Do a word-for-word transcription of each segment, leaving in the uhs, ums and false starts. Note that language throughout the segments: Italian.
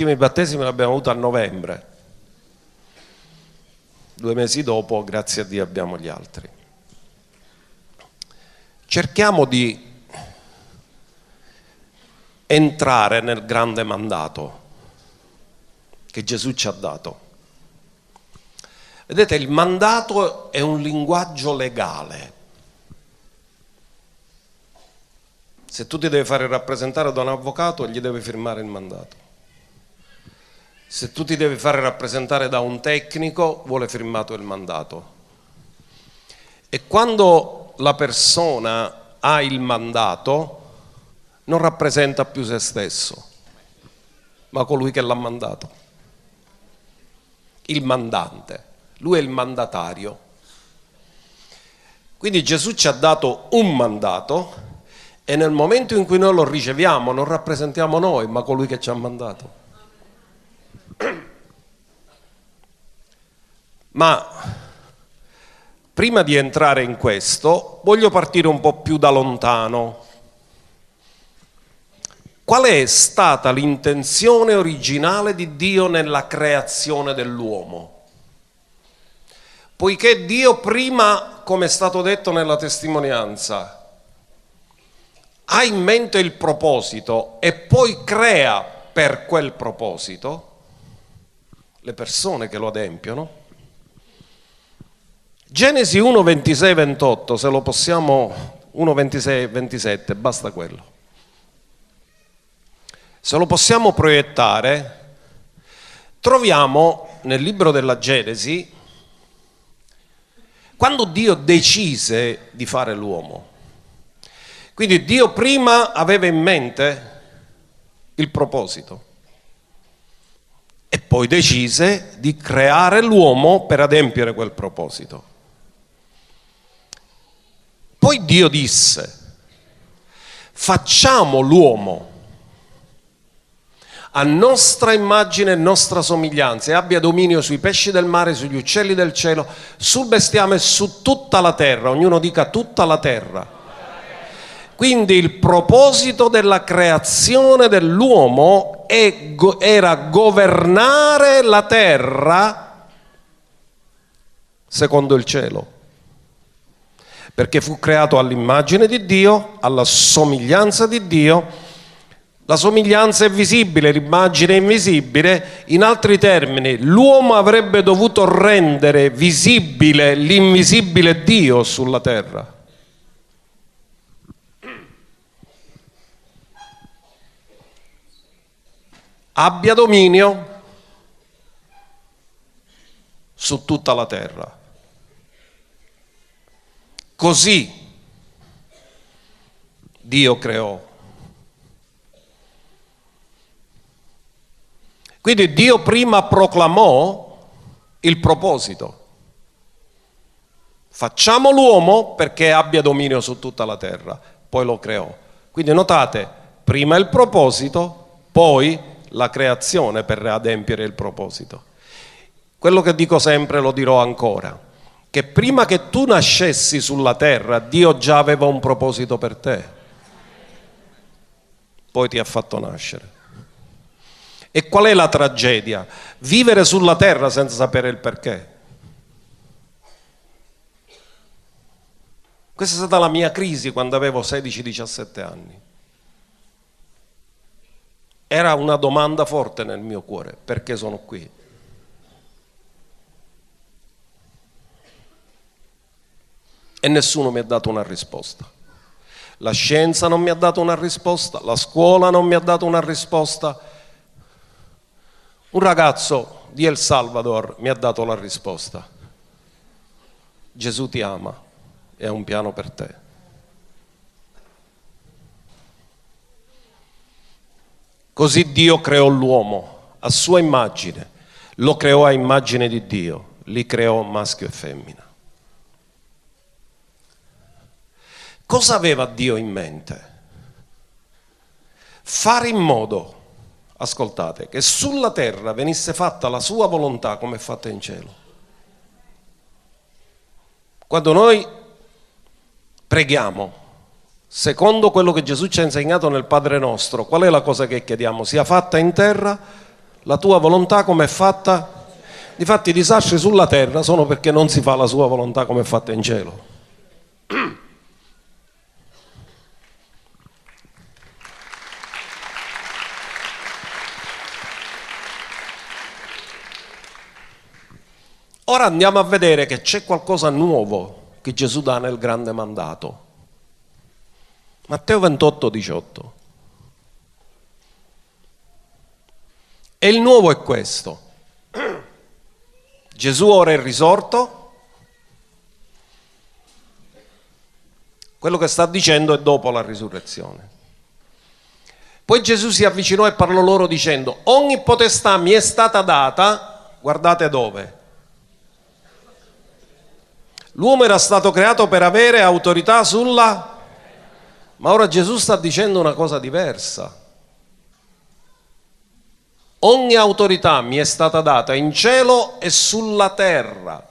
ultimi battesimi li abbiamo avuti a novembre. Due mesi dopo, grazie a Dio, abbiamo gli altri. Cerchiamo di entrare nel grande mandato che Gesù ci ha dato. Vedete, il mandato è un linguaggio legale. Se tu ti devi fare rappresentare da un avvocato, gli devi firmare il mandato. Se tu ti devi fare rappresentare da un tecnico, vuole firmato il mandato. E quando la persona ha il mandato, non rappresenta più se stesso, ma colui che l'ha mandato. Il mandante, lui è il mandatario. Quindi Gesù ci ha dato un mandato e nel momento in cui noi lo riceviamo non rappresentiamo noi, ma colui che ci ha mandato. Ma prima di entrare in questo, voglio partire un po' più da lontano. Qual è stata l'intenzione originale di Dio nella creazione dell'uomo? Poiché Dio prima, come è stato detto nella testimonianza, ha in mente il proposito e poi crea per quel proposito le persone che lo adempiono. Genesi uno, ventisei, ventotto, se lo possiamo, uno, ventisei, ventisette, basta quello. Se lo possiamo proiettare, troviamo nel libro della Genesi, quando Dio decise di fare l'uomo. Quindi Dio prima aveva in mente il proposito e poi decise di creare l'uomo per adempiere quel proposito. Poi Dio disse: facciamo l'uomo a nostra immagine e nostra somiglianza e abbia dominio sui pesci del mare, sugli uccelli del cielo, sul bestiame e su tutta la terra. Ognuno dica tutta la terra. Quindi il proposito della creazione dell'uomo è, era governare la terra secondo il cielo. Perché fu creato all'immagine di Dio, alla somiglianza di Dio. La somiglianza è visibile, l'immagine è invisibile. In altri termini, l'uomo avrebbe dovuto rendere visibile l'invisibile Dio sulla terra. Abbia dominio su tutta la terra. Così Dio creò. Quindi Dio prima proclamò il proposito. Facciamo l'uomo perché abbia dominio su tutta la terra. Poi lo creò. Quindi notate, prima il proposito, poi la creazione per adempiere il proposito. Quello che dico sempre lo dirò ancora, che prima che tu nascessi sulla terra Dio già aveva un proposito per te, poi ti ha fatto nascere. E qual è la tragedia? Vivere sulla terra senza sapere il perché. Questa è stata la mia crisi quando avevo sedici diciassette anni. Era una domanda forte nel mio cuore: perché sono qui? E nessuno mi ha dato una risposta. La scienza non mi ha dato una risposta, la scuola non mi ha dato una risposta. Un ragazzo di El Salvador mi ha dato la risposta: Gesù ti ama e ha un piano per te. Così Dio creò l'uomo a sua immagine, lo creò a immagine di Dio, li creò maschio e femmina. Cosa aveva Dio in mente? Fare in modo, ascoltate, che sulla terra venisse fatta la sua volontà come è fatta in cielo. Quando noi preghiamo secondo quello che Gesù ci ha insegnato nel Padre nostro, qual è la cosa che chiediamo? Sia fatta in terra La tua volontà come è fatta? Difatti i disastri sulla terra sono perché non si fa la sua volontà come è fatta in cielo. Ora andiamo a vedere che c'è qualcosa nuovo che Gesù dà nel grande mandato. Matteo ventotto, diciotto. E il nuovo è questo. Gesù ora è risorto. Quello che sta dicendo è dopo la risurrezione. Poi Gesù si avvicinò e parlò loro dicendo: ogni potestà mi è stata data, guardate dove? L'uomo era stato creato per avere autorità sulla... Ma ora Gesù sta dicendo una cosa diversa. Ogni autorità mi è stata data in cielo e sulla terra.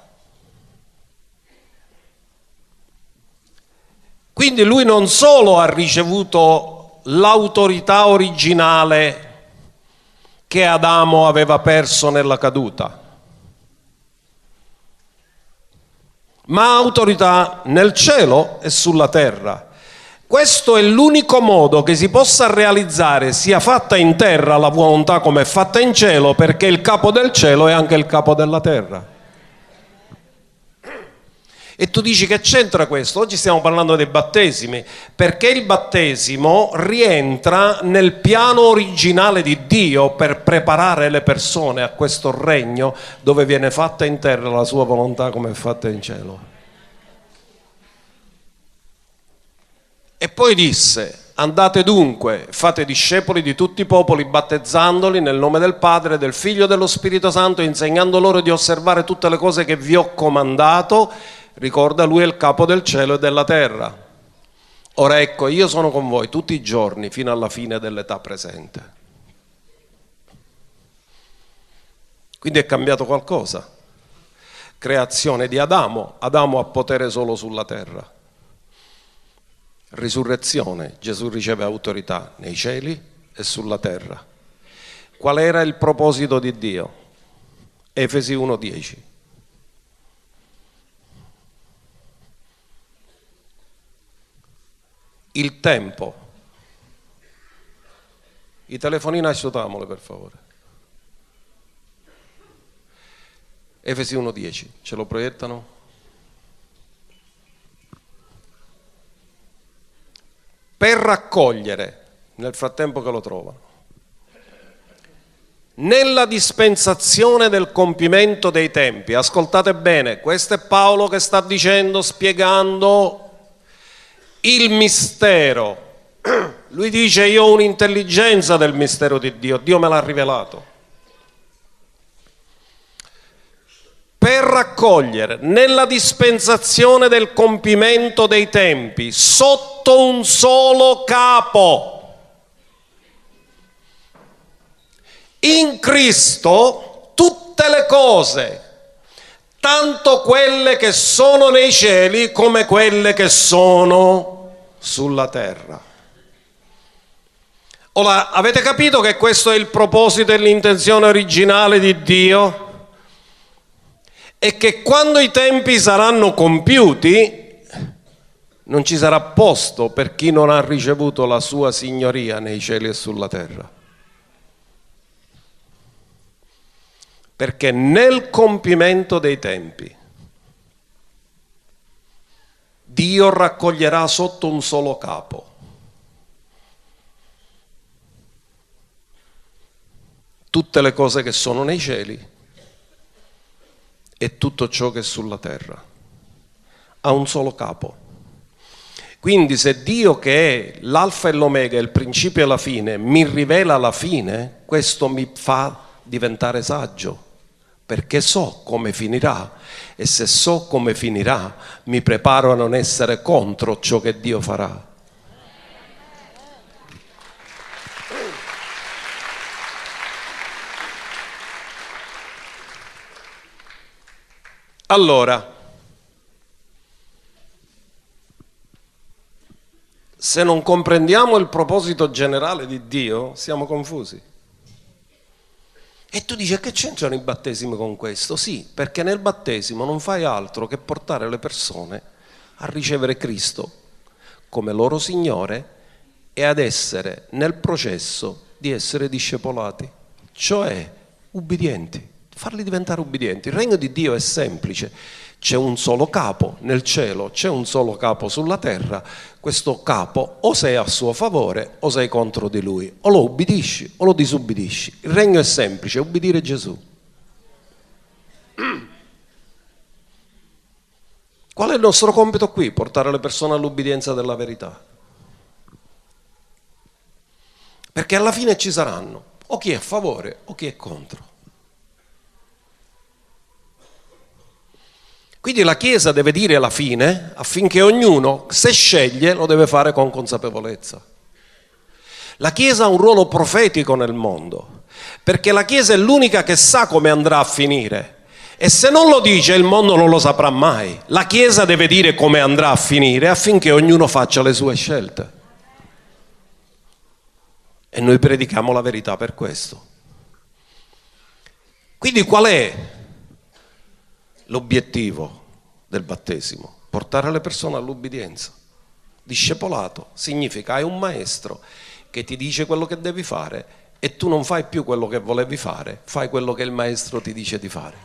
Quindi lui non solo ha ricevuto l'autorità originale che Adamo aveva perso nella caduta, ma autorità nel cielo e sulla terra. Questo è l'unico modo che si possa realizzare, sia fatta in terra la volontà come è fatta in cielo, perché il capo del cielo è anche il capo della terra. E tu dici: che c'entra questo? Oggi stiamo parlando dei battesimi, perché il battesimo rientra nel piano originale di Dio per preparare le persone a questo regno dove viene fatta in terra la sua volontà come è fatta in cielo. E poi disse: andate dunque, fate discepoli di tutti i popoli, battezzandoli nel nome del Padre, del Figlio e dello Spirito Santo, insegnando loro di osservare tutte le cose che vi ho comandato. Ricorda, lui è il capo del cielo e della terra. Ora ecco, io sono con voi tutti i giorni fino alla fine dell'età presente. Quindi è cambiato qualcosa. Creazione di Adamo. Adamo ha potere solo sulla terra. Risurrezione, Gesù riceve autorità nei cieli e sulla terra. Qual era il proposito di Dio? Efesi uno dieci. Il tempo. I telefonini asciutamole per favore. Efesi uno dieci, ce lo proiettano? Per raccogliere, nel frattempo che lo trovano, nella dispensazione del compimento dei tempi. Ascoltate bene, questo è Paolo che sta dicendo, spiegando il mistero. Lui dice: io ho un'intelligenza del mistero di Dio, Dio me l'ha rivelato. Per raccogliere nella dispensazione del compimento dei tempi sotto un solo capo, in Cristo, tutte le cose, tanto quelle che sono nei cieli come quelle che sono sulla terra. Ora, avete capito che questo è il proposito e l'intenzione originale di Dio? E che quando i tempi saranno compiuti non ci sarà posto per chi non ha ricevuto la sua signoria nei cieli e sulla terra. Perché nel compimento dei tempi Dio raccoglierà sotto un solo capo tutte le cose che sono nei cieli e tutto ciò che è sulla terra, a un solo capo. Quindi se Dio, che è l'alfa e l'omega, il principio e la fine, mi rivela la fine, questo mi fa diventare saggio, perché so come finirà, e se so come finirà mi preparo a non essere contro ciò che Dio farà. Allora, se non comprendiamo il proposito generale di Dio, siamo confusi. E tu dici, che c'entrano i battesimi con questo? Sì, perché nel battesimo non fai altro che portare le persone a ricevere Cristo come loro Signore e ad essere nel processo di essere discepolati, cioè ubbidienti, farli diventare ubbidienti. Il regno di Dio è semplice, c'è un solo capo nel cielo, c'è un solo capo sulla terra, questo capo o sei a suo favore o sei contro di lui, o lo ubbidisci o lo disubbidisci. Il regno è semplice, è ubbidire Gesù. Qual è il nostro compito qui? Portare le persone all'ubbidienza della verità. Perché alla fine ci saranno o chi è a favore o chi è contro. Quindi la Chiesa deve dire la fine affinché ognuno, se sceglie, lo deve fare con consapevolezza. La Chiesa ha un ruolo profetico nel mondo, perché la Chiesa è l'unica che sa come andrà a finire. E se non lo dice, il mondo non lo saprà mai. La Chiesa deve dire come andrà a finire affinché ognuno faccia le sue scelte. E noi predichiamo la verità per questo. Quindi qual è l'obiettivo del battesimo? Portare le persone all'ubbidienza. Discepolato significa hai un maestro che ti dice quello che devi fare e tu non fai più quello che volevi fare, fai quello che il maestro ti dice di fare.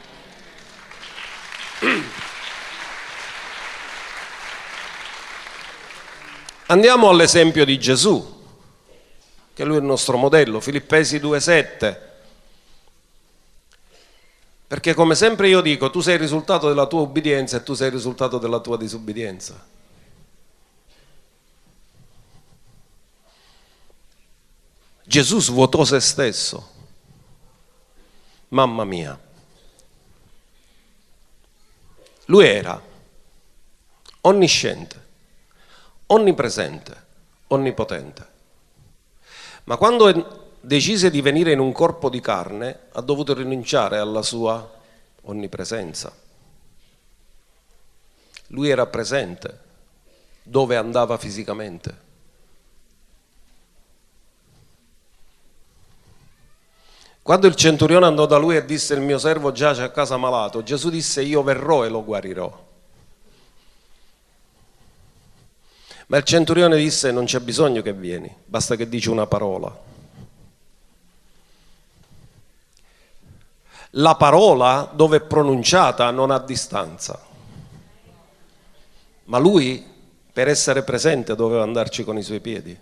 Andiamo all'esempio di Gesù, che lui è il nostro modello, Filippesi due sette. Perché come sempre io dico, tu sei il risultato della tua ubbidienza e tu sei il risultato della tua disubbidienza. Gesù svuotò se stesso. Mamma mia. Lui era onnisciente, onnipresente, onnipotente. Ma quando decise di venire in un corpo di carne, ha dovuto rinunciare alla sua onnipresenza. Lui era presente dove andava fisicamente. Quando il centurione andò da lui e disse il mio servo giace a casa malato, Gesù disse io verrò e lo guarirò. Ma il centurione disse non c'è bisogno che vieni, basta che dici una parola. La parola dove è pronunciata non ha distanza, ma lui per essere presente doveva andarci con i suoi piedi.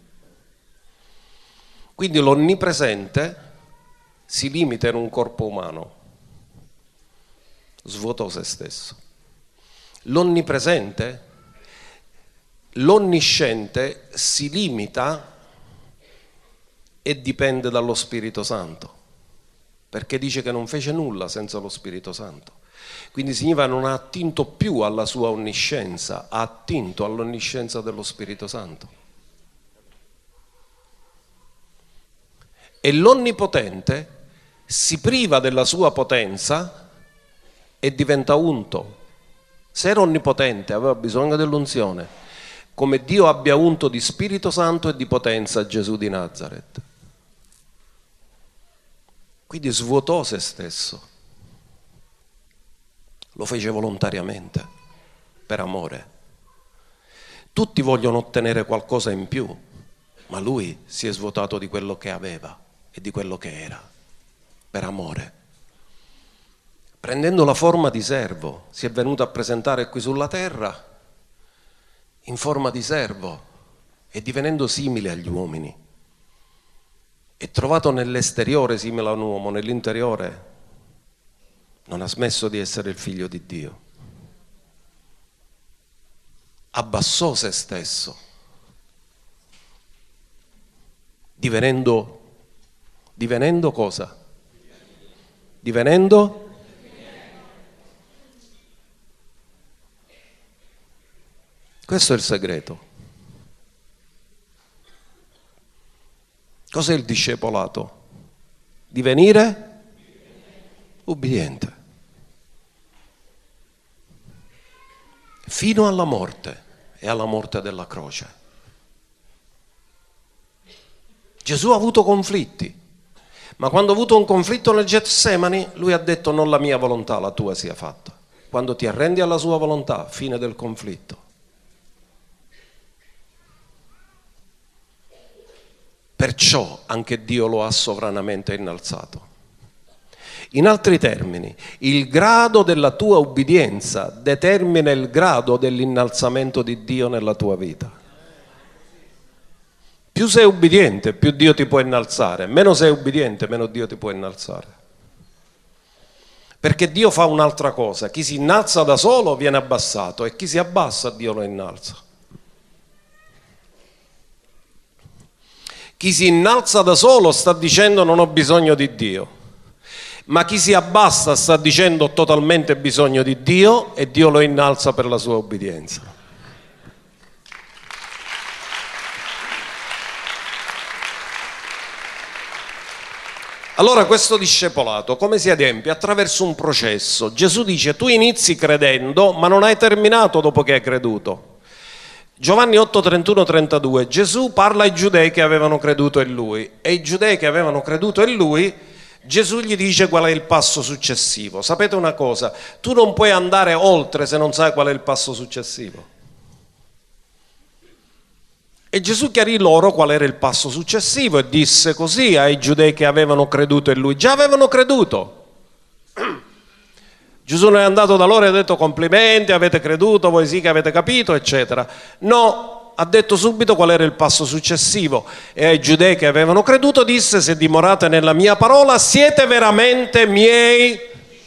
Quindi l'onnipresente si limita in un corpo umano, svuotò se stesso. L'onnipresente, l'onnisciente si limita e dipende dallo Spirito Santo, perché dice che non fece nulla senza lo Spirito Santo. Quindi significa non ha attinto più alla sua onniscienza, ha attinto all'onniscienza dello Spirito Santo. E l'onnipotente si priva della sua potenza e diventa unto. Se era onnipotente, aveva bisogno dell'unzione, come Dio abbia unto di Spirito Santo e di potenza Gesù di Nazaret. Quindi svuotò se stesso, lo fece volontariamente, per amore. Tutti vogliono ottenere qualcosa in più, ma lui si è svuotato di quello che aveva e di quello che era, per amore. Prendendo la forma di servo, si è venuto a presentare qui sulla terra in forma di servo e divenendo simile agli uomini. E trovato nell'esteriore simile a un uomo, nell'interiore non ha smesso di essere il figlio di Dio. Abbassò se stesso, divenendo, divenendo cosa? Divenendo? Questo è il segreto. Cos'è il discepolato? Divenire ubbidiente. Fino alla morte e alla morte della croce. Gesù ha avuto conflitti, Ma quando ha avuto un conflitto nel Getsemani, lui ha detto: non la mia volontà, la tua sia fatta. Quando ti arrendi alla sua volontà, fine del conflitto. Perciò anche Dio lo ha sovranamente innalzato. In altri termini, il grado della tua ubbidienza determina il grado dell'innalzamento di Dio nella tua vita. Più sei ubbidiente, più Dio ti può innalzare. Meno sei ubbidiente, meno Dio ti può innalzare. Perché Dio fa un'altra cosa: chi si innalza da solo viene abbassato, e chi si abbassa Dio lo innalza. Chi si innalza da solo sta dicendo: non ho bisogno di Dio. Ma chi si abbassa sta dicendo: ho totalmente bisogno di Dio, e Dio lo innalza per la sua obbedienza. Allora questo discepolato come si adempie? Attraverso un processo. Gesù dice: tu inizi credendo, ma non hai terminato dopo che hai creduto. Giovanni otto, trentuno, trentadue, Gesù parla ai giudei che avevano creduto in lui, e i giudei che avevano creduto in lui, Gesù gli dice qual è il passo successivo. Sapete una cosa? Tu non puoi andare oltre se non sai qual è il passo successivo. E Gesù chiarì loro qual era il passo successivo e disse così ai giudei che avevano creduto in lui. Già avevano creduto. Gesù non è andato da loro e ha detto: complimenti, avete creduto, voi sì che avete capito, eccetera. No, ha detto subito qual era il passo successivo, e ai giudei che avevano creduto disse: se dimorate nella mia parola siete veramente miei,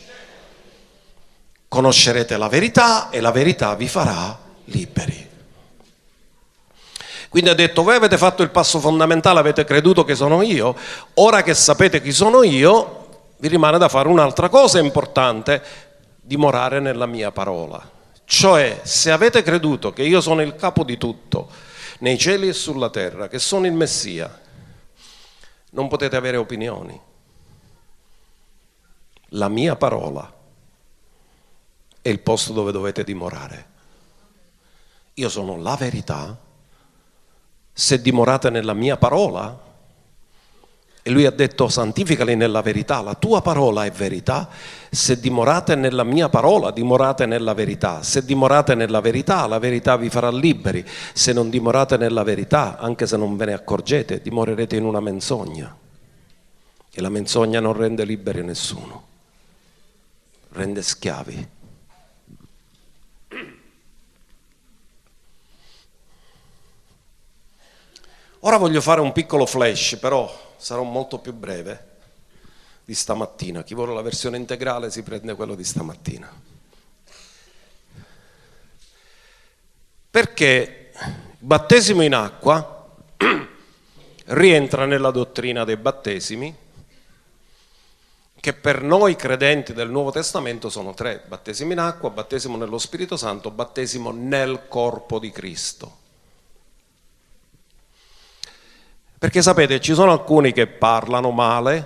conoscerete la verità e la verità vi farà liberi. Quindi ha detto: voi avete fatto il passo fondamentale, avete creduto che sono io, ora che sapete chi sono io, vi rimane da fare un'altra cosa importante: dimorare nella mia parola. Cioè, se avete creduto che io sono il capo di tutto, nei cieli e sulla terra, che sono il Messia, non potete avere opinioni. La mia parola è il posto dove dovete dimorare. Io sono la verità. Se dimorate nella mia parola, e lui ha detto: santificali nella verità, la tua parola è verità. Se dimorate nella mia parola, dimorate nella verità. Se dimorate nella verità, la verità vi farà liberi. Se non dimorate nella verità, anche se non ve ne accorgete, dimorerete in una menzogna, e la menzogna non rende liberi nessuno, rende schiavi. Ora voglio fare un piccolo flash, però sarò molto più breve, di stamattina. Chi vuole la versione integrale si prende quello di stamattina. Perché il battesimo in acqua rientra nella dottrina dei battesimi, che per noi credenti del Nuovo Testamento sono tre: battesimo in acqua, battesimo nello Spirito Santo, battesimo nel corpo di Cristo. Perché sapete, ci sono alcuni che parlano male,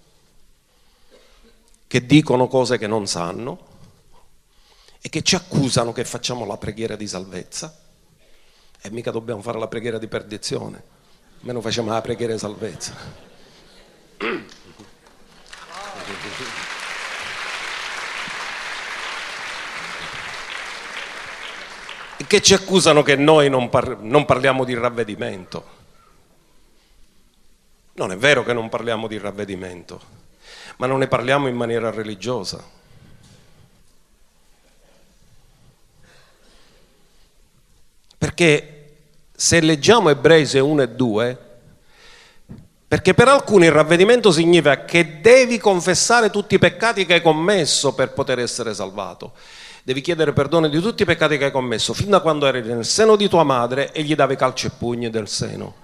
che dicono cose che non sanno e che ci accusano che facciamo la preghiera di salvezza, e mica dobbiamo fare la preghiera di perdizione, almeno facciamo la preghiera di salvezza. E che ci accusano che noi non, par- non parliamo di ravvedimento. Non è vero che non parliamo di ravvedimento, ma non ne parliamo in maniera religiosa. Perché se leggiamo Ebrei uno e due, perché per alcuni il ravvedimento significa che devi confessare tutti i peccati che hai commesso per poter essere salvato. Devi chiedere perdono di tutti i peccati che hai commesso, fin da quando eri nel seno di tua madre e gli davi calci e pugni del seno.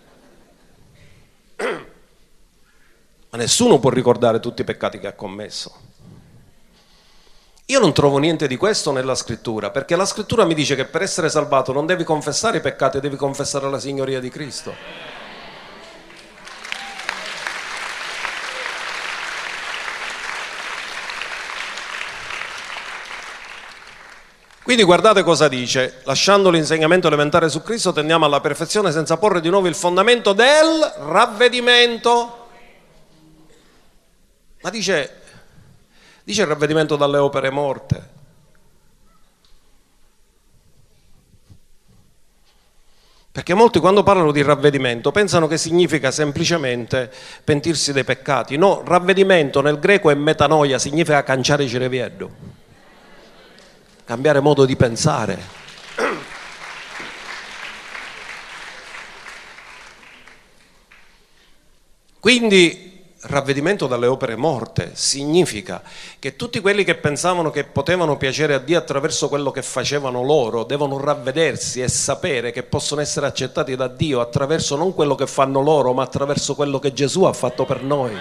Ma nessuno può ricordare tutti i peccati che ha commesso. Io non trovo niente di questo nella scrittura, perché la scrittura mi dice che per essere salvato non devi confessare i peccati, devi confessare la signoria di Cristo. Quindi guardate cosa dice: lasciando l'insegnamento elementare su Cristo tendiamo alla perfezione senza porre di nuovo il fondamento del ravvedimento Ma dice, dice il ravvedimento dalle opere morte. Perché molti quando parlano di ravvedimento pensano che significa semplicemente pentirsi dei peccati. No, ravvedimento nel greco è metanoia, significa canciare cireviello, cambiare modo di pensare. Quindi ravvedimento dalle opere morte significa che tutti quelli che pensavano che potevano piacere a Dio attraverso quello che facevano loro devono ravvedersi e sapere che possono essere accettati da Dio attraverso non quello che fanno loro, ma attraverso quello che Gesù ha fatto per noi.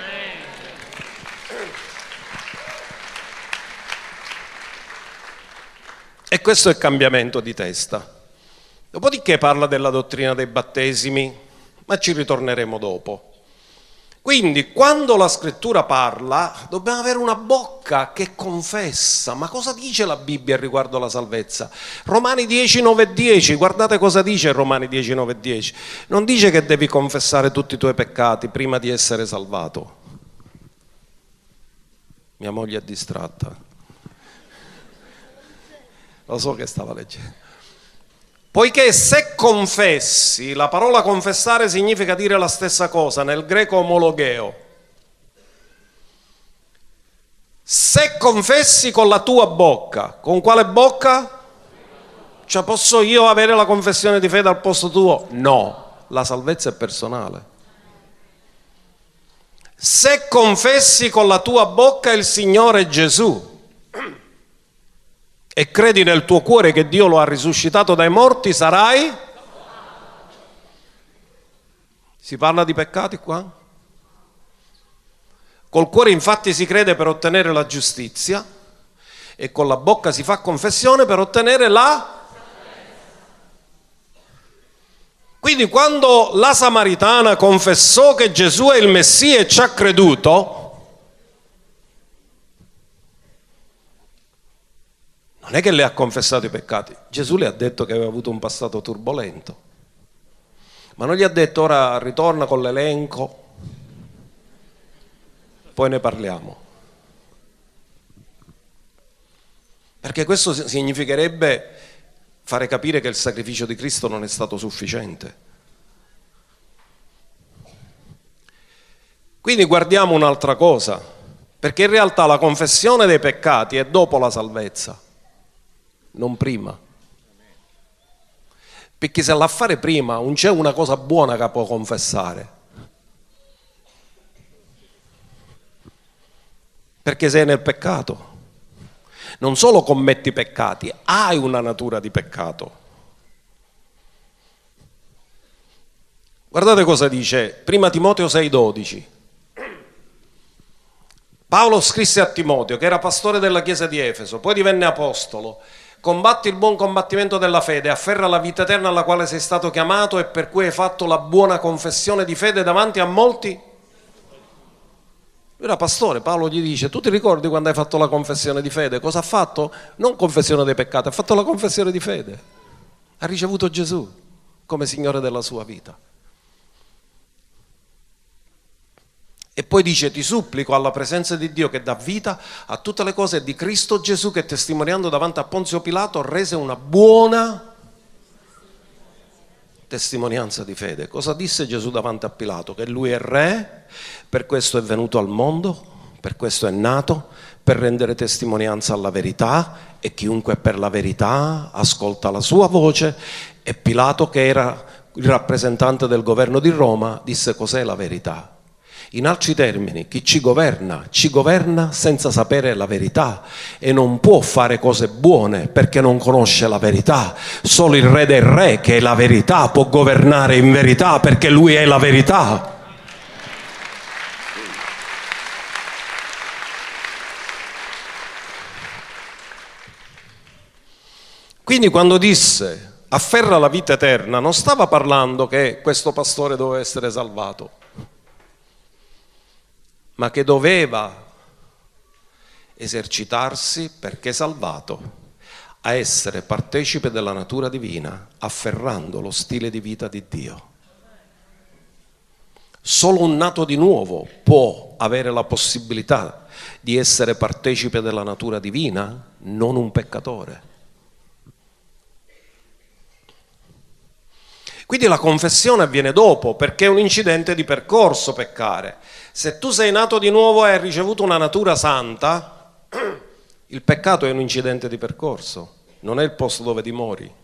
E questo è il cambiamento di testa. Dopodiché parla della dottrina dei battesimi, ma ci ritorneremo dopo. Quindi quando la scrittura parla dobbiamo avere una bocca che confessa. Ma cosa dice la Bibbia riguardo alla salvezza? Romani dieci, nove e dieci, guardate cosa dice Romani dieci, nove e dieci. Non dice che devi confessare tutti i tuoi peccati prima di essere salvato. Mia moglie è distratta. Lo so che stava leggendo. Poiché se confessi, la parola confessare significa dire la stessa cosa, nel greco omologeo. Se confessi con la tua bocca, con quale bocca? Cioè posso io avere la confessione di fede al posto tuo? No, la salvezza è personale. Se confessi con la tua bocca il Signore Gesù e credi nel tuo cuore che Dio lo ha risuscitato dai morti, sarai? Si parla di peccati qua? Col cuore infatti si crede per ottenere la giustizia e con la bocca si fa confessione per ottenere la... Quindi quando la Samaritana confessò che Gesù è il Messia e ci ha creduto, non è che le ha confessato i peccati, Gesù le ha detto che aveva avuto un passato turbolento, ma non gli ha detto ora ritorna con l'elenco, poi ne parliamo. Perché questo significherebbe fare capire che il sacrificio di Cristo non è stato sufficiente. Quindi guardiamo un'altra cosa, perché in realtà la confessione dei peccati è dopo la salvezza, non prima. Perché se la fare prima non c'è una cosa buona che può confessare. Perché sei nel peccato. Non solo commetti peccati, hai una natura di peccato. Guardate cosa dice prima Timoteo sei dodici. Paolo scrisse a Timoteo, che era pastore della chiesa di Efeso, poi divenne apostolo. Combatti il buon combattimento della fede, afferra la vita eterna alla quale sei stato chiamato e per cui hai fatto la buona confessione di fede davanti a molti. Lui era pastore, Paolo gli dice, tu ti ricordi quando hai fatto la confessione di fede? Cosa ha fatto? Non confessione dei peccati, ha fatto la confessione di fede. Ha ricevuto Gesù come Signore della sua vita. E poi dice, ti supplico alla presenza di Dio che dà vita a tutte le cose di Cristo Gesù, che testimoniando davanti a Ponzio Pilato rese una buona testimonianza di fede. Cosa disse Gesù davanti a Pilato? Che lui è re, per questo è venuto al mondo, per questo è nato, per rendere testimonianza alla verità, e chiunque è per la verità ascolta la sua voce. E Pilato, che era il rappresentante del governo di Roma, disse cos'è la verità? In altri termini, chi ci governa, ci governa senza sapere la verità e non può fare cose buone perché non conosce la verità. Solo il Re del Re, che è la verità, può governare in verità perché Lui è la verità. Quindi quando disse afferra la vita eterna, non stava parlando che questo pastore doveva essere salvato, ma che doveva esercitarsi, perché salvato, a essere partecipe della natura divina, afferrando lo stile di vita di Dio. Solo un nato di nuovo può avere la possibilità di essere partecipe della natura divina, non un peccatore. Quindi la confessione avviene dopo, perché è un incidente di percorso peccare. Se tu sei nato di nuovo e hai ricevuto una natura santa, il peccato è un incidente di percorso, non è il posto dove dimori.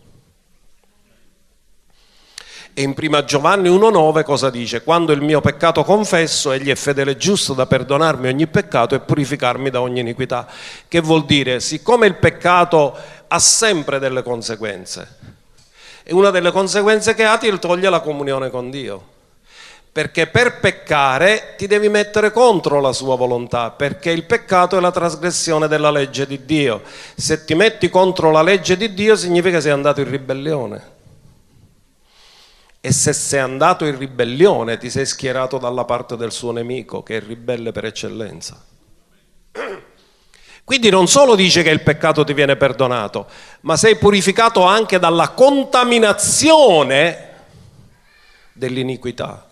E in prima Giovanni uno nove cosa dice? Quando il mio peccato confesso, egli è fedele e giusto da perdonarmi ogni peccato e purificarmi da ogni iniquità. Che vuol dire? Siccome il peccato ha sempre delle conseguenze, e una delle conseguenze che ha ti toglie la comunione con Dio, perché per peccare ti devi mettere contro la sua volontà, perché il peccato è la trasgressione della legge di Dio. Se ti metti contro la legge di Dio significa che sei andato in ribellione. E se sei andato in ribellione ti sei schierato dalla parte del suo nemico, che è il ribelle per eccellenza. Quindi non solo dice che il peccato ti viene perdonato, ma sei purificato anche dalla contaminazione dell'iniquità.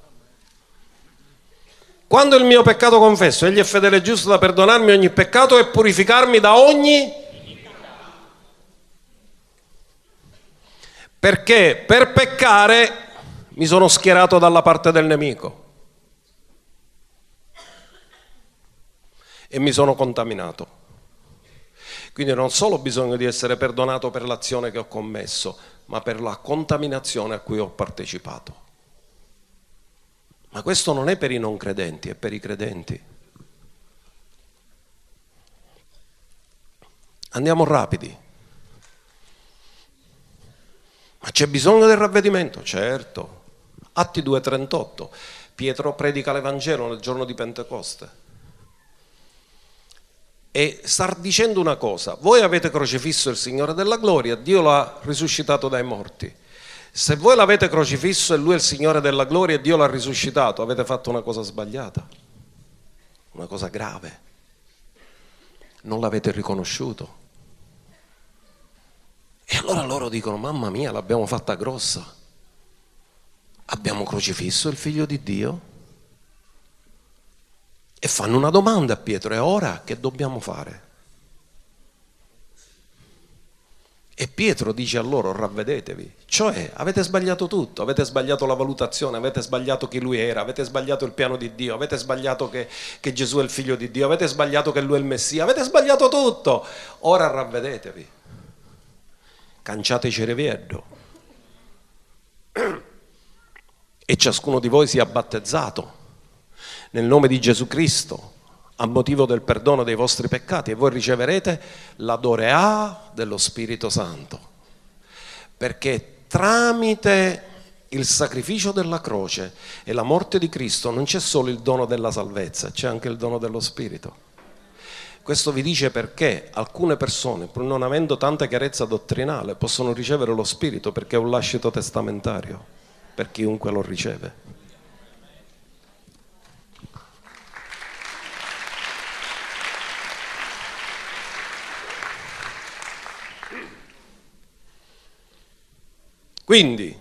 Quando il mio peccato confesso, egli è fedele e giusto da perdonarmi ogni peccato e purificarmi da ogni... Perché per peccare mi sono schierato dalla parte del nemico e mi sono contaminato. Quindi non solo ho bisogno di essere perdonato per l'azione che ho commesso, ma per la contaminazione a cui ho partecipato. Ma questo non è per i non credenti, è per i credenti. Andiamo rapidi. Ma c'è bisogno del ravvedimento? Certo. Atti due trentotto. Pietro predica l'Evangelo nel giorno di Pentecoste. E sta dicendo una cosa: voi avete crocifisso il Signore della gloria, Dio l'ha risuscitato dai morti. Se voi l'avete crocifisso e Lui è il Signore della gloria e Dio l'ha risuscitato, avete fatto una cosa sbagliata, una cosa grave. Non l'avete riconosciuto. E allora loro dicono: mamma mia, l'abbiamo fatta grossa. Abbiamo crocifisso il Figlio di Dio? E fanno una domanda a Pietro: e ora che dobbiamo fare? E Pietro dice a loro: ravvedetevi. Cioè, avete sbagliato tutto, avete sbagliato la valutazione, avete sbagliato chi lui era, avete sbagliato il piano di Dio, avete sbagliato che, che Gesù è il Figlio di Dio, avete sbagliato che lui è il Messia, avete sbagliato tutto. Ora ravvedetevi. Canciate cereviello e ciascuno di voi sia battezzato nel nome di Gesù Cristo a motivo del perdono dei vostri peccati e voi riceverete la dorea dello Spirito Santo, perché tramite il sacrificio della croce e la morte di Cristo non c'è solo il dono della salvezza, c'è anche il dono dello Spirito. Questo vi dice perché alcune persone, pur non avendo tanta chiarezza dottrinale, possono ricevere lo Spirito, perché è un lascito testamentario per chiunque lo riceve. Quindi,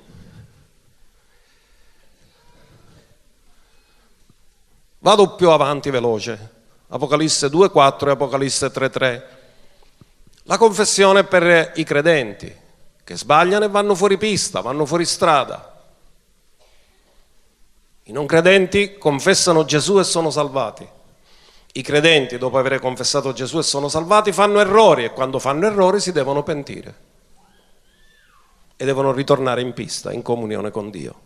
vado più avanti veloce. Apocalisse due quattro e Apocalisse tre tre. La confessione è per i credenti che sbagliano e vanno fuori pista, vanno fuori strada. I non credenti confessano Gesù e sono salvati. I credenti, dopo aver confessato Gesù e sono salvati, fanno errori e quando fanno errori si devono pentire e devono ritornare in pista, in comunione con Dio.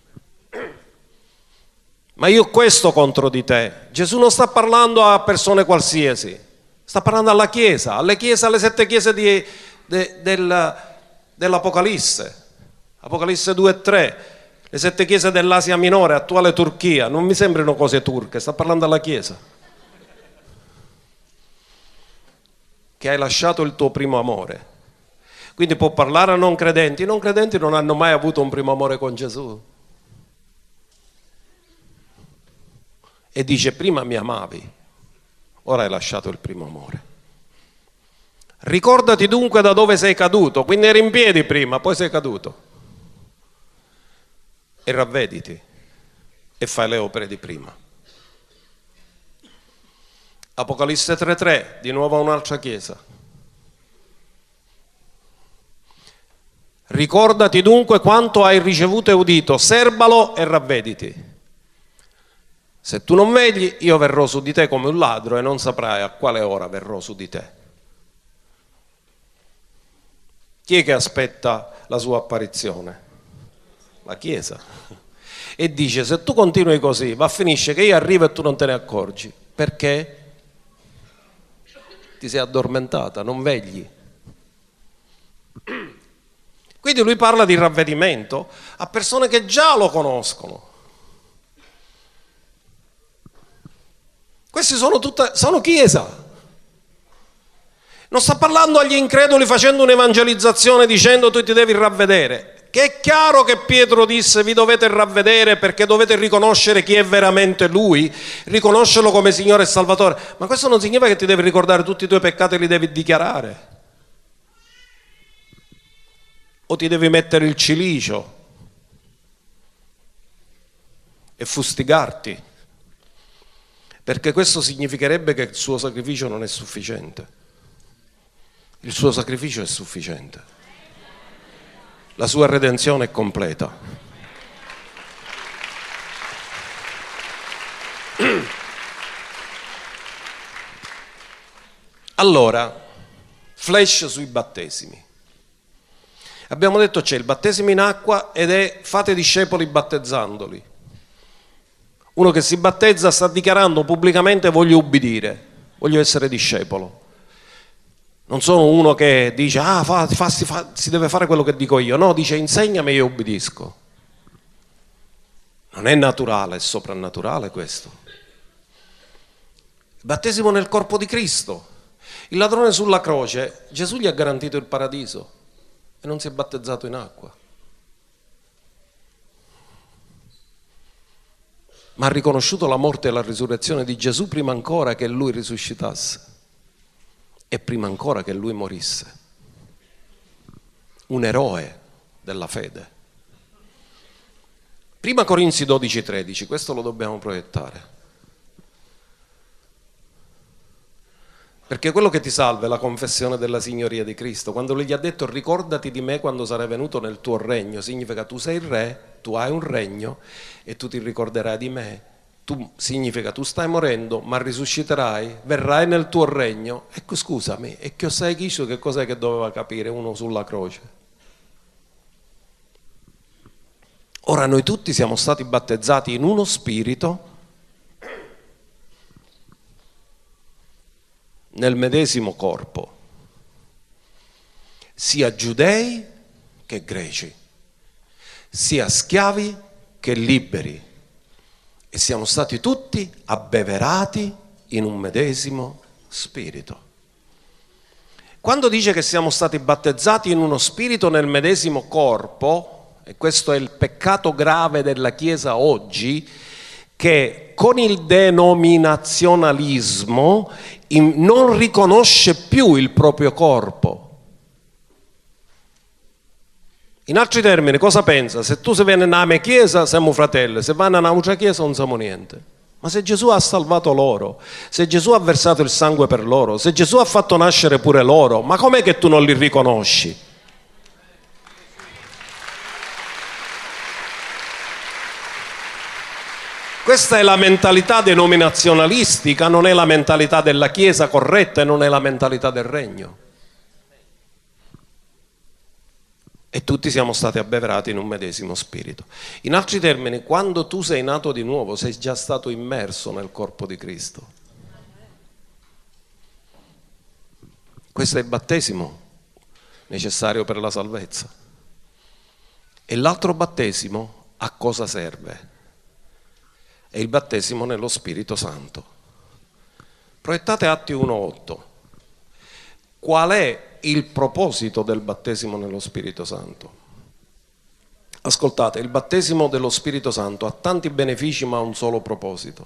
Ma io questo contro di te. Gesù non sta parlando a persone qualsiasi, sta parlando alla Chiesa, alle chiese, alle sette chiese di, de, del, dell'Apocalisse. Apocalisse due e tre, le sette chiese dell'Asia Minore, attuale Turchia. Non mi sembrano cose turche, sta parlando alla Chiesa. Che hai lasciato il tuo primo amore. Quindi può parlare a non credenti. I non credenti non hanno mai avuto un primo amore con Gesù. E dice: prima mi amavi, ora hai lasciato il primo amore. Ricordati dunque da dove sei caduto, quindi eri in piedi prima, poi sei caduto. E ravvediti. e fai le opere di prima. Apocalisse tre tre, di nuovo un'altra chiesa. Ricordati dunque quanto hai ricevuto e udito, serbalo e ravvediti. Se tu non vegli, io verrò su di te come un ladro e non saprai a quale ora verrò su di te. Chi è che aspetta la sua apparizione? La Chiesa. E dice, se tu continui così, va a finisce che io arrivo e tu non te ne accorgi. Perché? Ti sei addormentata, non vegli. Quindi lui parla di ravvedimento a persone che già lo conoscono. Questi sono tutte, sono chiesa. Non sta parlando agli increduli facendo un'evangelizzazione dicendo tu ti devi ravvedere. Che è chiaro che Pietro disse vi dovete ravvedere perché dovete riconoscere chi è veramente Lui, riconoscerlo come Signore e Salvatore. Ma questo non significa che ti devi ricordare tutti i tuoi peccati e li devi dichiarare. O ti devi mettere il cilicio e fustigarti, perché questo significherebbe che il suo sacrificio non è sufficiente. Il suo sacrificio è sufficiente. La sua redenzione è completa. Allora, flash sui battesimi. Abbiamo detto c'è il battesimo in acqua ed è fate discepoli battezzandoli. Uno che si battezza sta dichiarando pubblicamente voglio ubbidire, voglio essere discepolo. Non sono uno che dice ah fa, fa, si, fa, si deve fare quello che dico io, no, dice insegnami e io ubbidisco. Non è naturale, è soprannaturale questo. Il battesimo nel corpo di Cristo. Il ladrone sulla croce, Gesù gli ha garantito il paradiso e non si è battezzato in acqua. Ma ha riconosciuto la morte e la risurrezione di Gesù prima ancora che lui risuscitasse e prima ancora che lui morisse. Un eroe della fede. Prima Corinzi dodici tredici, questo lo dobbiamo proiettare. Perché quello che ti salva è la confessione della signoria di Cristo. Quando lui gli ha detto ricordati di me quando sarai venuto nel tuo regno, significa tu sei il re, tu hai un regno e tu ti ricorderai di me. Tu, significa tu stai morendo ma risusciterai, verrai nel tuo regno. Ecco scusami, e che sai Cristo che cos'è che doveva capire uno sulla croce? Ora noi tutti siamo stati battezzati in uno spirito nel medesimo corpo, sia giudei che greci, sia schiavi che liberi, e siamo stati tutti abbeverati in un medesimo spirito. Quando dice che siamo stati battezzati in uno spirito nel medesimo corpo, e questo è il peccato grave della Chiesa oggi, che con il denominazionalismo non riconosce più il proprio corpo. In altri termini, cosa pensa? Se tu se vieni nella mia chiesa siamo fratelli, se vai nella nostra chiesa non siamo niente. Ma se Gesù ha salvato loro, se Gesù ha versato il sangue per loro, se Gesù ha fatto nascere pure loro, ma com'è che tu non li riconosci? Questa è la mentalità denominazionalistica, non è la mentalità della Chiesa corretta e non è la mentalità del Regno. E tutti siamo stati abbeverati in un medesimo spirito. In altri termini, quando tu sei nato di nuovo, sei già stato immerso nel corpo di Cristo. Questo è il battesimo necessario per la salvezza. E l'altro battesimo a cosa serve? È il battesimo nello Spirito Santo. Proiettate Atti uno otto. Qual è il proposito del battesimo nello Spirito Santo? Ascoltate, il battesimo dello Spirito Santo ha tanti benefici ma ha un solo proposito.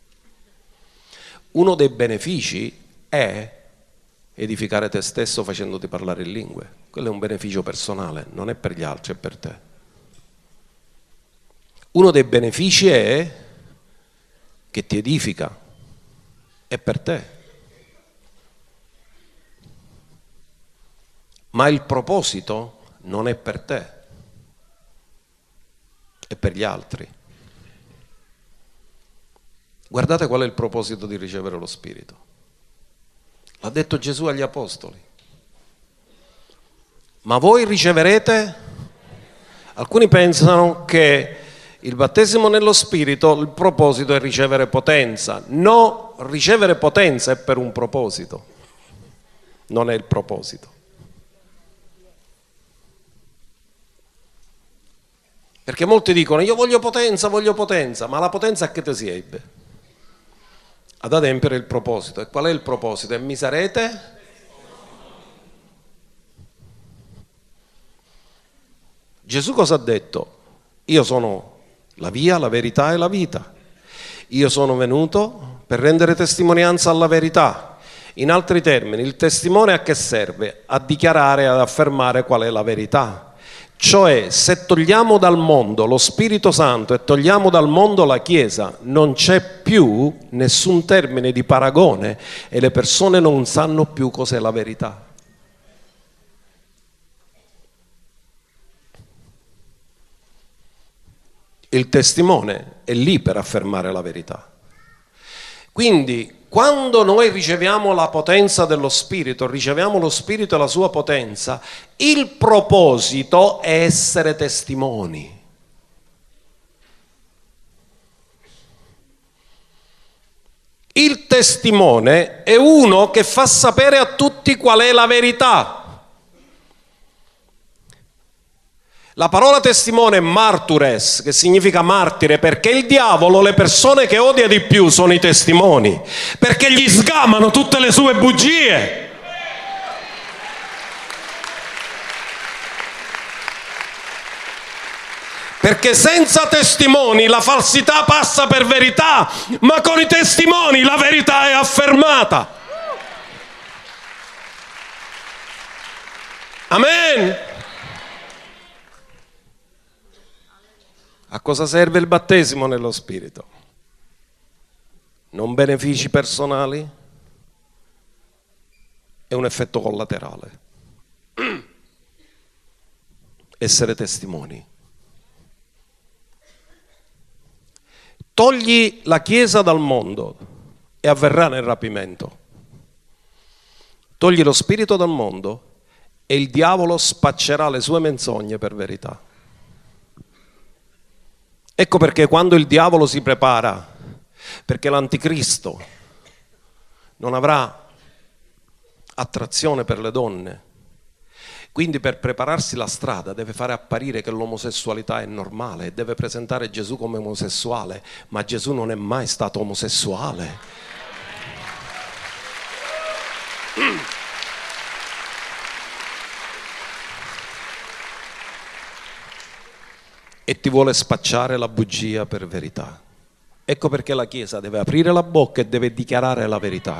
Uno dei benefici è edificare te stesso facendoti parlare in lingue. Quello è un beneficio personale, non è per gli altri, è per te. Uno dei benefici è che ti edifica, è per te. Ma il proposito non è per te, è per gli altri. Guardate qual è il proposito di ricevere lo Spirito. L'ha detto Gesù agli Apostoli. Ma voi riceverete? Alcuni pensano che il battesimo nello Spirito, il proposito è ricevere potenza. No, ricevere potenza è per un proposito, non è il proposito. Perché molti dicono, io voglio potenza, voglio potenza, ma la potenza a che ti serve? Ad adempiere il proposito. E qual è il proposito? E mi sarete? Gesù cosa ha detto? Io sono la via, la verità e la vita. Io sono venuto per rendere testimonianza alla verità. In altri termini, il testimone a che serve? A dichiarare, ad affermare qual è la verità. Cioè, se togliamo dal mondo lo Spirito Santo e togliamo dal mondo la Chiesa, non c'è più nessun termine di paragone e le persone non sanno più cos'è la verità. Il testimone è lì per affermare la verità. Quindi, quando noi riceviamo la potenza dello Spirito, riceviamo lo Spirito e la sua potenza, il proposito è essere testimoni. Il testimone è uno che fa sapere a tutti qual è la verità. La parola testimone è martures, che significa martire, perché il diavolo, le persone che odia di più sono i testimoni, perché gli sgamano tutte le sue bugie. Perché senza testimoni la falsità passa per verità, ma con i testimoni la verità è affermata. Amen. A cosa serve il battesimo nello Spirito? Non benefici personali, è un effetto collaterale. Essere testimoni. Togli la Chiesa dal mondo e avverrà nel rapimento. Togli lo Spirito dal mondo e il diavolo spaccerà le sue menzogne per verità. Ecco perché quando il diavolo si prepara, perché l'anticristo non avrà attrazione per le donne, quindi per prepararsi la strada deve fare apparire che l'omosessualità è normale e deve presentare Gesù come omosessuale, ma Gesù non è mai stato omosessuale. E ti vuole spacciare la bugia per verità. Ecco perché la Chiesa deve aprire la bocca e deve dichiarare la verità.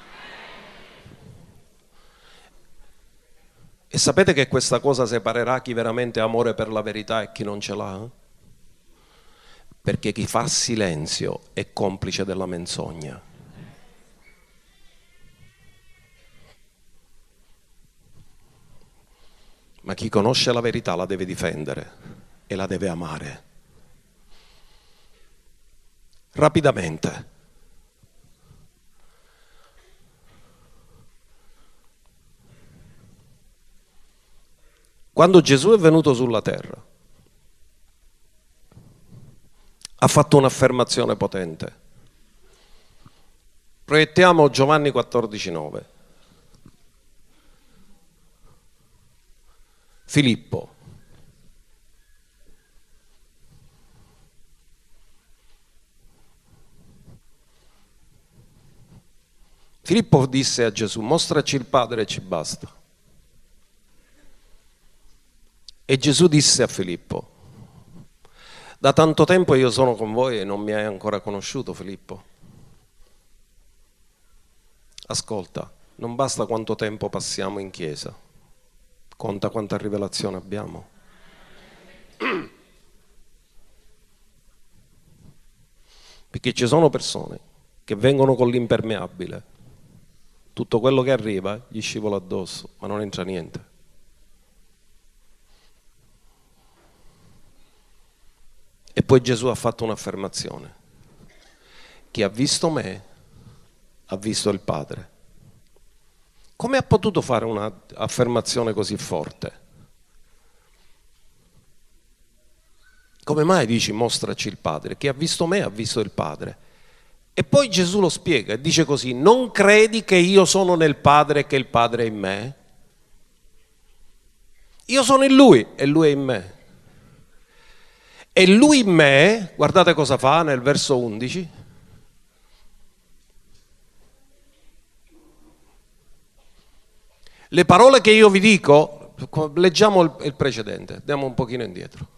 E sapete che questa cosa separerà chi veramente ha amore per la verità e chi non ce l'ha? Perché chi fa silenzio è complice della menzogna. Ma chi conosce la verità la deve difendere e la deve amare. Rapidamente. Quando Gesù è venuto sulla terra, ha fatto un'affermazione potente. Proiettiamo Giovanni quattordici nove. Filippo. Filippo disse a Gesù: mostraci il Padre e ci basta. E Gesù disse a Filippo: da tanto tempo io sono con voi e non mi hai ancora conosciuto, Filippo. Ascolta, non basta quanto tempo passiamo in chiesa, conta quanta rivelazione abbiamo. Perché ci sono persone che vengono con l'impermeabile, tutto quello che arriva gli scivola addosso, ma non entra niente. E poi Gesù ha fatto un'affermazione: chi ha visto me ha visto il Padre. Come ha potuto fare un'affermazione così forte? Come mai dici mostraci il Padre? Chi ha visto me ha visto il Padre. E poi Gesù lo spiega e dice così: non credi che io sono nel Padre e che il Padre è in me? Io sono in Lui e Lui è in me. E Lui in me, guardate cosa fa nel verso undici. Le parole che io vi dico, leggiamo il, il precedente, andiamo un pochino indietro.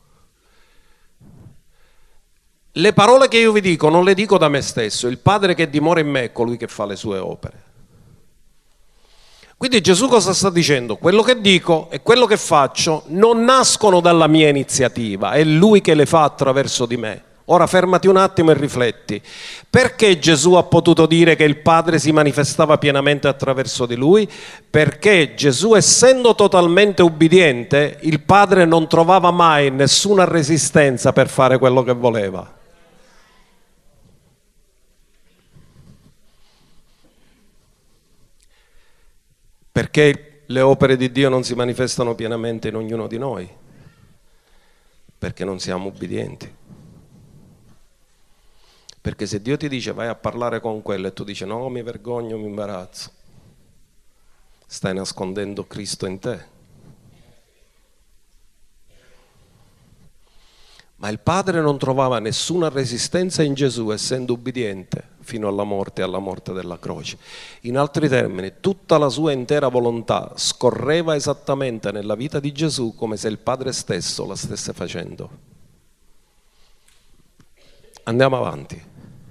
Le parole che io vi dico non le dico da me stesso, il Padre che dimora in me è colui che fa le sue opere. Quindi Gesù cosa sta dicendo? Quello che dico e quello che faccio non nascono dalla mia iniziativa, è Lui che le fa attraverso di me. Ora fermati un attimo e rifletti. Perché Gesù ha potuto dire che il Padre si manifestava pienamente attraverso di Lui? Perché Gesù, essendo totalmente ubbidiente, il Padre non trovava mai nessuna resistenza per fare quello che voleva. Perché le opere di Dio non si manifestano pienamente in ognuno di noi? Perché non siamo ubbidienti. Perché se Dio ti dice vai a parlare con quello e tu dici no, mi vergogno, mi imbarazzo, stai nascondendo Cristo in te. Ma il Padre non trovava nessuna resistenza in Gesù, essendo ubbidiente fino alla morte e alla morte della croce. In altri termini, tutta la sua intera volontà scorreva esattamente nella vita di Gesù come se il Padre stesso la stesse facendo. Andiamo avanti.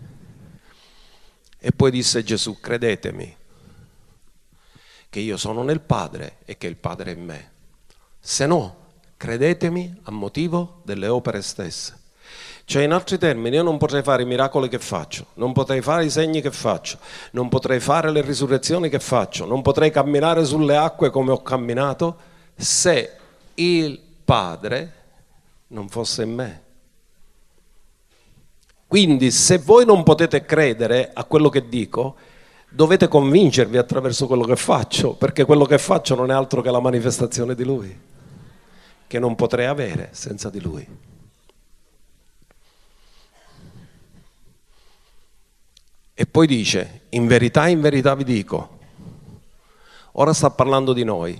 E poi disse Gesù: credetemi che io sono nel Padre e che il Padre è in me. Se no, credetemi a motivo delle opere stesse. Cioè, in altri termini, io non potrei fare i miracoli che faccio, non potrei fare i segni che faccio, non potrei fare le risurrezioni che faccio, non potrei camminare sulle acque come ho camminato se il Padre non fosse in me. Quindi, se voi non potete credere a quello che dico, dovete convincervi attraverso quello che faccio, perché quello che faccio non è altro che la manifestazione di Lui, che non potrei avere senza di Lui. E poi dice: in verità, in verità vi dico. Ora sta parlando di noi.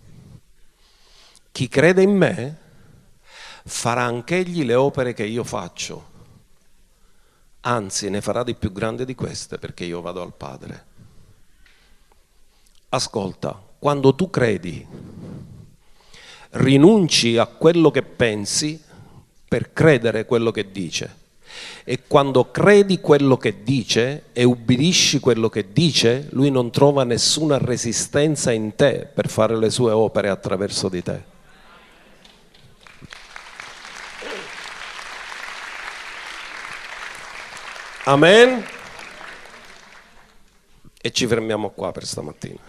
Chi crede in me farà anch'egli le opere che io faccio, anzi ne farà di più grandi di queste, perché io vado al Padre. Ascolta, quando tu credi, rinunci a quello che pensi per credere quello che dice. E quando credi quello che dice e ubbidisci quello che dice, Lui non trova nessuna resistenza in te per fare le sue opere attraverso di te. Amen? E ci fermiamo qua per stamattina.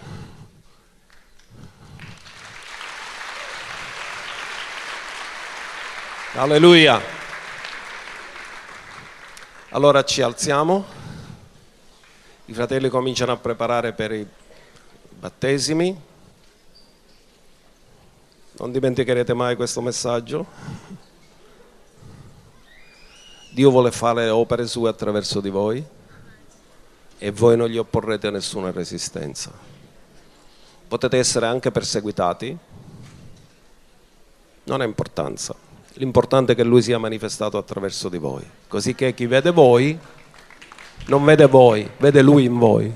Alleluia. Allora ci alziamo, i fratelli cominciano a preparare per i battesimi. Non dimenticherete mai questo messaggio. Dio vuole fare opere sue attraverso di voi e voi non gli opporrete nessuna resistenza. Potete essere anche perseguitati, non ha importanza. L'importante è che Lui sia manifestato attraverso di voi, così che chi vede voi non vede voi, vede Lui in voi.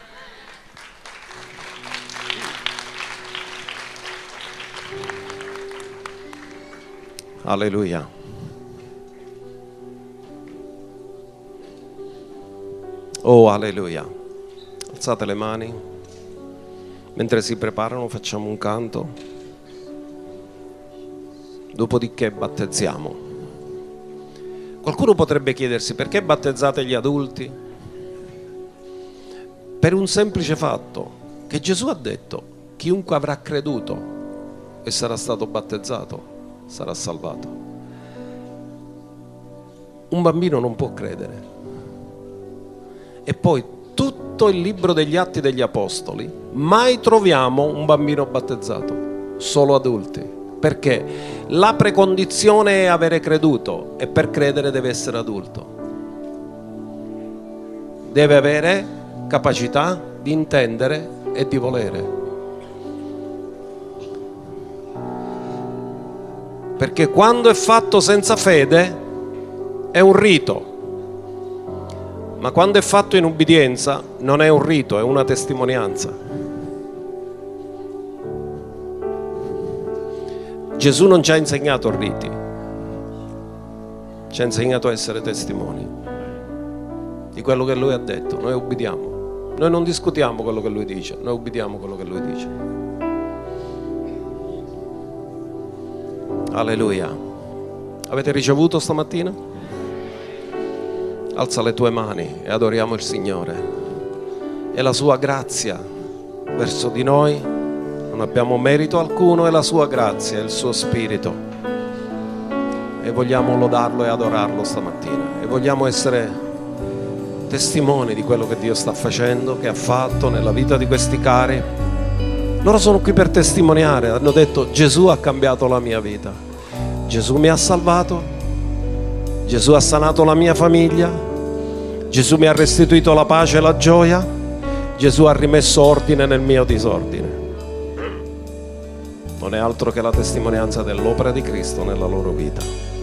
Alleluia. Oh, alleluia. Alzate le mani. Mentre si preparano facciamo un canto. Dopodiché battezziamo. Qualcuno potrebbe chiedersi: perché battezzate gli adulti? Per un semplice fatto, che Gesù ha detto: chiunque avrà creduto e sarà stato battezzato sarà salvato. Un bambino non può credere. E poi tutto il libro degli Atti degli Apostoli mai troviamo un bambino battezzato, solo adulti. Perché la precondizione è avere creduto, e per credere deve essere adulto. Deve avere capacità di intendere e di volere. Perché quando è fatto senza fede è un rito, ma quando è fatto in ubbidienza non è un rito, è una testimonianza. Gesù non ci ha insegnato riti, ci ha insegnato a essere testimoni di quello che Lui ha detto. Noi ubbidiamo, noi non discutiamo quello che Lui dice, noi ubbidiamo quello che Lui dice. Alleluia. Avete ricevuto stamattina? Alza le tue mani e adoriamo il Signore. E la sua grazia verso di noi, non abbiamo merito alcuno, è la sua grazia, è il suo spirito. E vogliamo lodarlo e adorarlo stamattina. E vogliamo essere testimoni di quello che Dio sta facendo, che ha fatto nella vita di questi cari. Loro sono qui per testimoniare, hanno detto: Gesù ha cambiato la mia vita, Gesù mi ha salvato, Gesù ha sanato la mia famiglia, Gesù mi ha restituito la pace e la gioia, Gesù ha rimesso ordine nel mio disordine. Non è altro che la testimonianza dell'opera di Cristo nella loro vita.